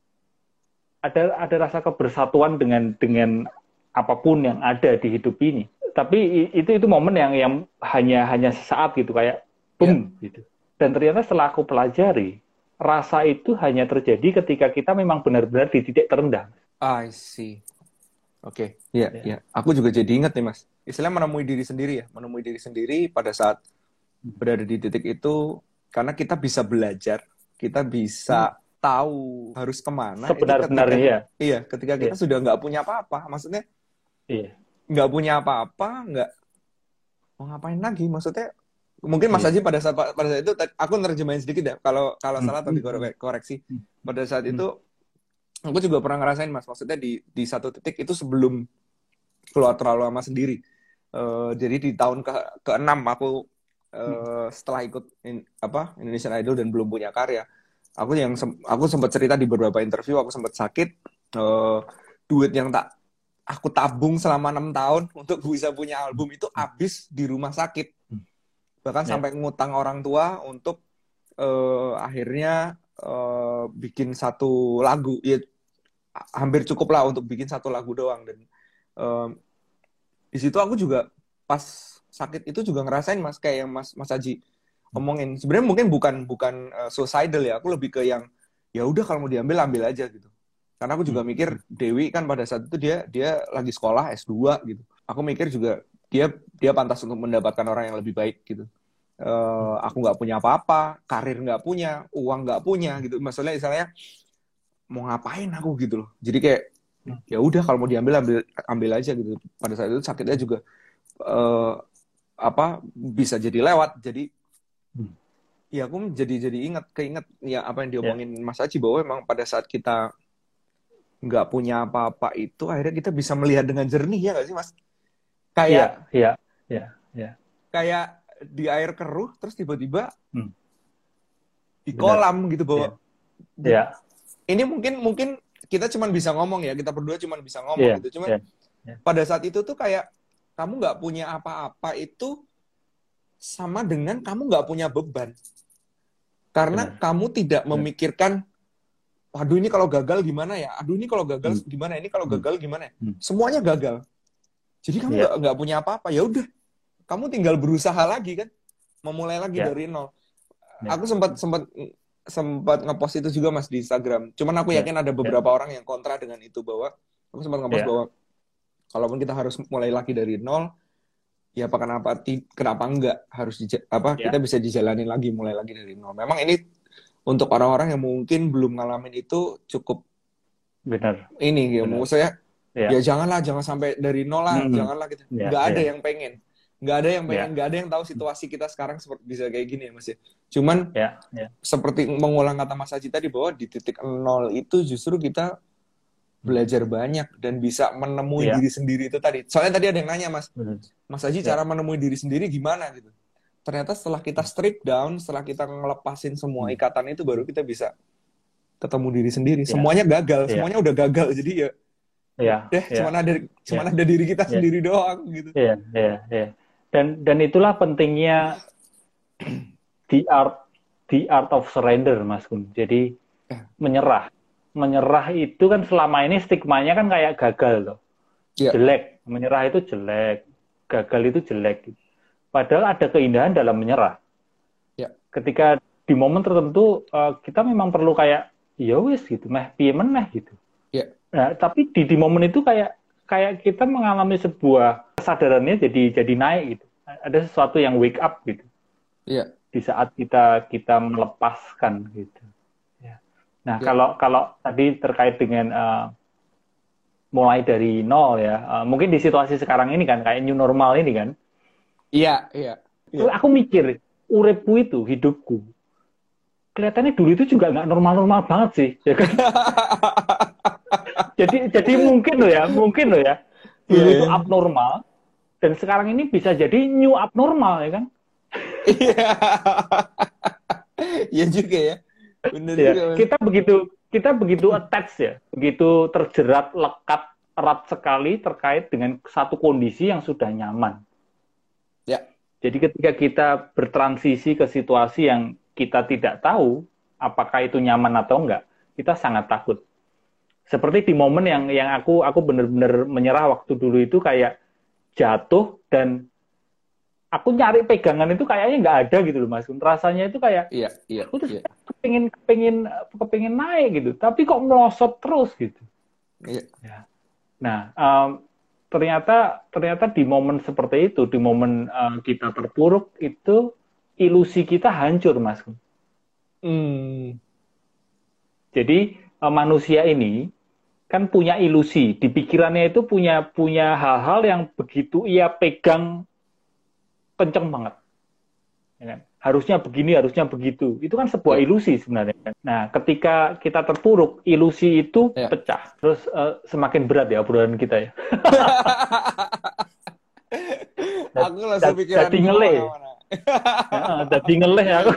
Ada ada rasa kebersatuan dengan dengan apapun yang ada di hidup ini. Tapi itu itu momen yang yang hanya hanya sesaat gitu, kayak boom Yeah. gitu. Dan ternyata setelah aku pelajari, rasa itu hanya terjadi ketika kita memang benar-benar di titik terendah. I see. Oke, okay. Iya, Ya. iya. Aku juga jadi ingat nih, Mas. Istilahnya menemui diri sendiri ya, menemui diri sendiri pada saat berada di titik itu, karena kita bisa belajar, kita bisa hmm. tahu harus kemana. Sebenar-benarnya ya. Iya, ketika kita iya. sudah nggak punya apa-apa, maksudnya iya. nggak punya apa-apa, nggak mau ngapain lagi, maksudnya mungkin Mas Aji pada saat pada saat itu aku nerjemahin sedikit ya, kalau kalau salah atau dikoreksi. Pada saat itu aku juga pernah ngerasain, Mas, maksudnya di di satu titik itu sebelum keluar terlalu lama sendiri. Uh, jadi di tahun ke keenam aku uh, setelah ikut in, apa Indonesian Idol dan belum punya karya. Aku yang aku sempat cerita di beberapa interview, aku sempat sakit, uh, duit yang tak aku tabung selama enam tahun untuk bisa punya album itu habis di rumah sakit. Bahkan yeah. sampai ngutang orang tua untuk uh, akhirnya uh, bikin satu lagu. Ya, hampir cukup lah untuk bikin satu lagu doang. Dan uh, di situ aku juga pas sakit itu juga ngerasain, Mas, kayak yang Mas Mas Aji ngomongin. Sebenarnya mungkin bukan bukan uh, suicidal ya. Aku lebih ke yang ya udah kalau mau diambil ambil aja gitu. Karena aku juga mikir Dewi kan pada saat itu dia dia lagi sekolah S dua gitu. Aku mikir juga dia dia pantas untuk mendapatkan orang yang lebih baik gitu. Uh, aku nggak punya apa-apa, karir nggak punya, uang nggak punya gitu. Maksudnya misalnya mau ngapain aku gitu loh. Jadi kayak ya udah kalau mau diambil ambil ambil aja gitu. Pada saat itu sakitnya juga uh, apa bisa jadi lewat. Jadi ya aku jadi jadi ingat keinget ya apa yang diomongin yeah. Mas Aji bahwa memang pada saat kita nggak punya apa-apa itu akhirnya kita bisa melihat dengan jernih, ya nggak sih, Mas? Kayak iya iya iya kayak di air keruh terus tiba-tiba hmm. di kolam Benar. Gitu bahwa yeah. ini mungkin mungkin kita cuma bisa ngomong ya, kita berdua cuma bisa ngomong yeah. gitu, cuman yeah. Yeah. pada saat itu tuh kayak kamu nggak punya apa-apa itu sama dengan kamu nggak punya beban karena Benar. Kamu tidak Benar. Memikirkan aduh ini kalau gagal gimana ya? Aduh ini kalau gagal hmm. gimana? Ini kalau gagal gimana? Hmm. Semuanya gagal. Jadi kamu nggak yeah. nggak punya apa-apa. Ya udah, kamu tinggal berusaha lagi kan, memulai lagi yeah. dari nol. Yeah. Aku sempat sempat sempat ngepost itu juga, Mas, di Instagram. Cuman aku yakin yeah. ada beberapa yeah. orang yang kontra dengan itu bahwa aku sempat ngepost yeah. bahwa kalaupun kita harus mulai lagi dari nol, ya apa kenapa kenapa enggak harus di, apa yeah. kita bisa dijalani lagi mulai lagi dari nol. Memang ini untuk orang-orang yang mungkin belum ngalamin itu cukup benar. Ini gitu. Menurut saya ya. ya janganlah, jangan sampai dari nol lah, mm-hmm. janganlah gitu. Ya, nggak ada ya. yang pengen. Nggak ada yang pengen, ya. nggak ada yang tahu situasi kita sekarang seperti bisa kayak gini ya, Mas. Cuman ya. Ya. seperti mengulang kata Mas Aji tadi bahwa di titik nol itu justru kita belajar banyak dan bisa menemui ya. diri sendiri itu tadi. Soalnya tadi ada yang nanya, Mas. Benar. Mas Aji ya. cara menemui diri sendiri gimana gitu. Ternyata setelah kita strip down, setelah kita ngelepasin semua ikatan itu, baru kita bisa ketemu diri sendiri. Yeah. Semuanya gagal, yeah. semuanya udah gagal. Jadi ya, yeah. deh, yeah. cuman ada, cuman yeah. ada diri kita yeah. sendiri doang gitu. Iya, yeah. iya, yeah. iya. Yeah. Dan dan itulah pentingnya the art the art of surrender, Mas Kun. Jadi menyerah. Menyerah itu kan selama ini stigmanya kan kayak gagal loh. Yeah. Jelek. Menyerah itu jelek. Gagal itu jelek. Padahal ada keindahan dalam menyerah. Yeah. Ketika di momen tertentu uh, kita memang perlu kayak ya wis gitu, meh piye meneh gitu. Yeah. Nah, tapi di di momen itu kayak kayak kita mengalami sebuah kesadarannya jadi jadi naik gitu. Ada sesuatu yang wake up gitu. Iya. Di saat kita kita melepaskan gitu. Ya. Nah, Ya. kalau kalau tadi terkait dengan uh, mulai dari nol ya, uh, mungkin di situasi sekarang ini kan kayak new normal ini kan. Iya, iya. Ya. Aku mikir, uripku itu, hidupku, kelihatannya dulu itu juga nggak normal-normal banget sih, ya kan? jadi jadi mungkin loh ya, mungkin loh ya, dulu yeah, itu yeah. abnormal, dan sekarang ini bisa jadi new abnormal ya kan? Iya, iya juga ya. Benar ya, juga. Kita begitu kita begitu attach ya, begitu terjerat lekat erat sekali terkait dengan satu kondisi yang sudah nyaman. Ya. Jadi ketika kita bertransisi ke situasi yang kita tidak tahu apakah itu nyaman atau enggak, kita sangat takut. Seperti di momen yang yang aku aku benar-benar menyerah waktu dulu itu kayak jatuh dan aku nyari pegangan itu kayaknya nggak ada gitu loh Mas. Rasanya itu kayak iya, iya, aku tuh iya. kepingin kepingin kepingin naik gitu, tapi kok melosot terus gitu. Iya. Ya. Nah, um, ternyata ternyata di momen seperti itu, di momen um, kita terpuruk itu ilusi kita hancur, Mas. Hmm. Jadi um, manusia ini kan punya ilusi, di pikirannya itu punya punya hal-hal yang begitu ia pegang kenceng banget. Ya kan? Harusnya begini, harusnya begitu. Itu kan sebuah Ya. ilusi sebenarnya. Nah, ketika kita terpuruk, ilusi itu Ya. pecah. Terus uh, semakin berat ya obrolan kita ya. Aku langsung pikiran jadi ngeleh. Jadi ngeleh aku.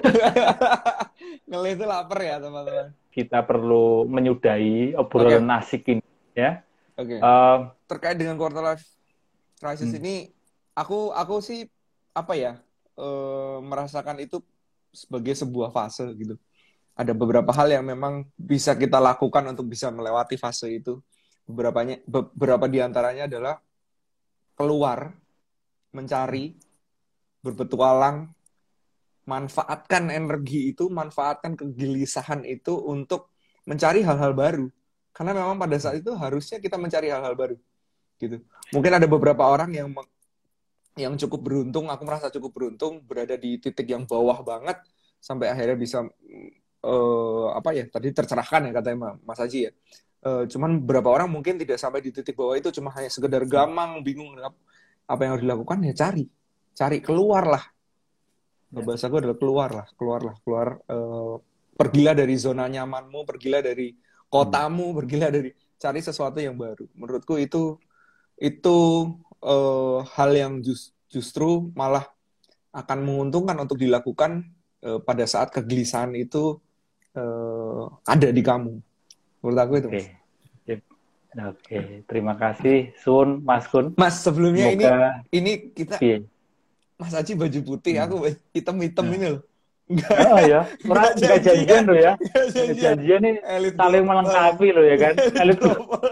Ngeleh itu lapar ya teman-teman. Kita perlu menyudahi obrolan okay. asik ini ya. Oke. Okay. Uh, Terkait dengan quarter life crisis hmm. ini, aku aku sih apa ya uh, merasakan itu sebagai sebuah fase gitu. Ada beberapa hal yang memang bisa kita lakukan untuk bisa melewati fase itu. Beberapanya, beberapa diantaranya adalah keluar, mencari, berpetualang, manfaatkan energi itu, manfaatkan kegelisahan itu untuk mencari hal-hal baru. Karena memang pada saat itu harusnya kita mencari hal-hal baru, gitu. Mungkin ada beberapa orang yang yang cukup beruntung, aku merasa cukup beruntung berada di titik yang bawah banget sampai akhirnya bisa uh, apa ya tadi tercerahkan ya katanya Mas Haji ya. Uh, cuman beberapa orang mungkin tidak sampai di titik bawah itu, cuma hanya sekedar gamang, bingung apa yang harus dilakukan, ya cari, cari keluar lah. Bahasa gue adalah keluar lah, keluar lah, keluar. Uh, pergilah dari zona nyamanmu, pergilah dari kotamu, pergilah dari, cari sesuatu yang baru. Menurutku itu itu uh, hal yang just, justru malah akan menguntungkan untuk dilakukan uh, pada saat kegelisahan itu uh, ada di kamu. Menurut aku itu. Oke, okay. okay. Terima kasih Sun, Mas Kun. Mas, sebelumnya Semoga... ini ini kita yeah. Mas Haji baju putih, hmm. aku hitam-hitam nah. ini loh. Enggak, oh ya, orang nggak janjian loh ya. Nggak janjian nih, saling melengkapi loh ya kan. Elit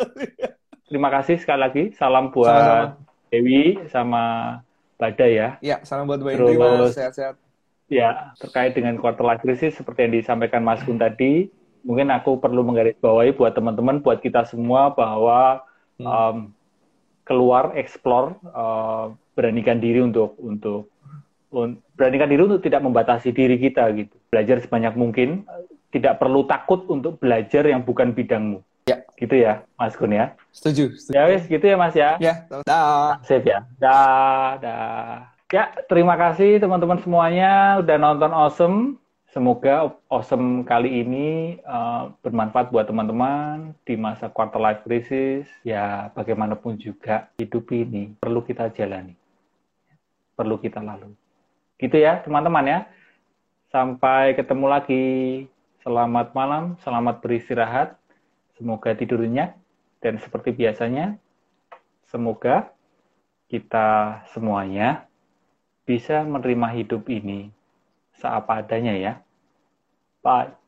Terima kasih sekali lagi. Salam buat sama-sama. Dewi sama Bada ya. Ya, salam buat Mbak Indri, Mas. Sehat-sehat. Ya, terkait dengan quarter life crisis seperti yang disampaikan Mas Kun tadi, mungkin aku perlu menggarisbawahi buat teman-teman, buat kita semua bahwa hmm. um, keluar, explore, uh, beranikan diri untuk untuk un, beranikan diri untuk tidak membatasi diri kita gitu. Belajar sebanyak mungkin, tidak perlu takut untuk belajar yang bukan bidangmu. Ya. Gitu ya, Mas Kun ya. Setuju. setuju. Ya wis, gitu ya Mas ya. Ya, dah. Sip ya. Dah, dah. Ya, terima kasih teman-teman semuanya udah nonton Awesome. Semoga Awesome kali ini uh, bermanfaat buat teman-teman di masa quarter life crisis. Ya, bagaimanapun juga hidup ini perlu kita jalani. Perlu kita lalui. Gitu ya, teman-teman ya. Sampai ketemu lagi. Selamat malam, selamat beristirahat. Semoga tidur nyenyak. Dan seperti biasanya, semoga kita semuanya bisa menerima hidup ini seapa adanya ya. Pak